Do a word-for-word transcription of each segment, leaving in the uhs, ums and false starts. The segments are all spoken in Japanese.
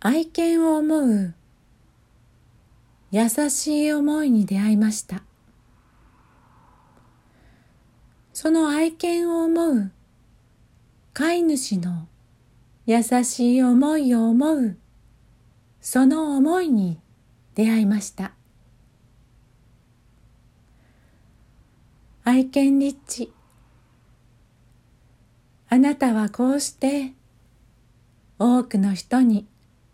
愛犬を思う優しい思いに出会いました。その愛犬を思う飼い主の優しい思いを思うその思いに出会いました。愛犬リッチ、あなたはこうして多くの人に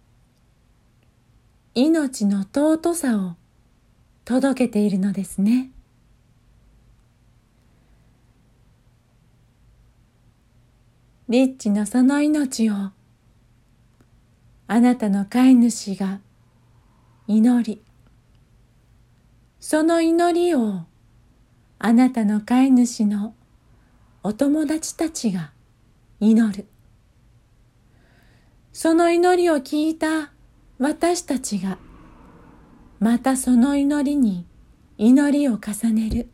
命の尊さを届けているのですね。リッチのその命をあなたの飼い主が祈り、その祈りをあなたの飼い主のお友達たちが祈る。その祈りを聞いた私たちがまたその祈りに祈りを重ねる。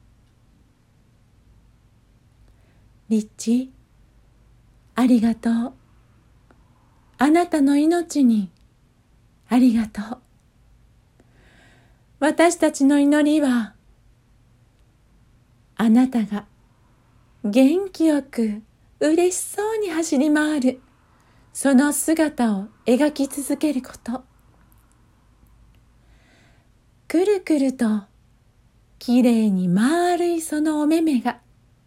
リッチ、ありがとう。あなたの命にありがとう。私たちの祈りはあなたが元気よく嬉しそうに走り回るその姿を描き続けること。くるくるときれいに丸いそのお目目が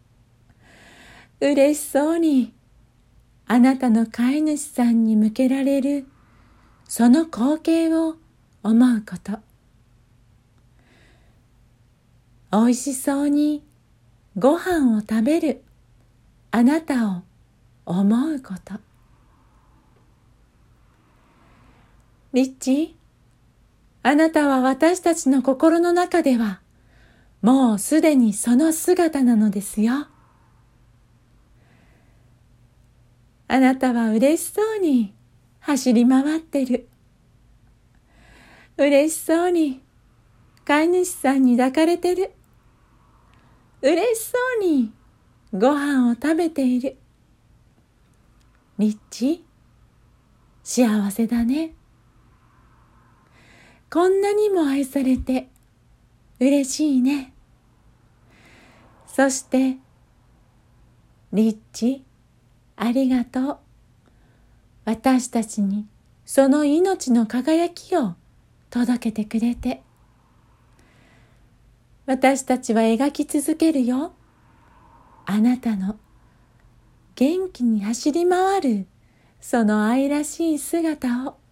嬉しそうにあなたの飼い主さんに向けられるその光景を思うこと。おいしそうにご飯を食べるあなたを思うこと。リッチ、あなたは私たちの心の中ではもうすでにその姿なのですよ。あなたは嬉しそうに走り回ってる。嬉しそうに飼い主さんに抱かれてる。嬉しそうにご飯を食べている。リッチ、幸せだね。こんなにも愛されて嬉しいね。そしてリッチ、ありがとう。私たちにその命の輝きを届けてくれて。私たちは描き続けるよ。あなたの元気に走り回るその愛らしい姿を。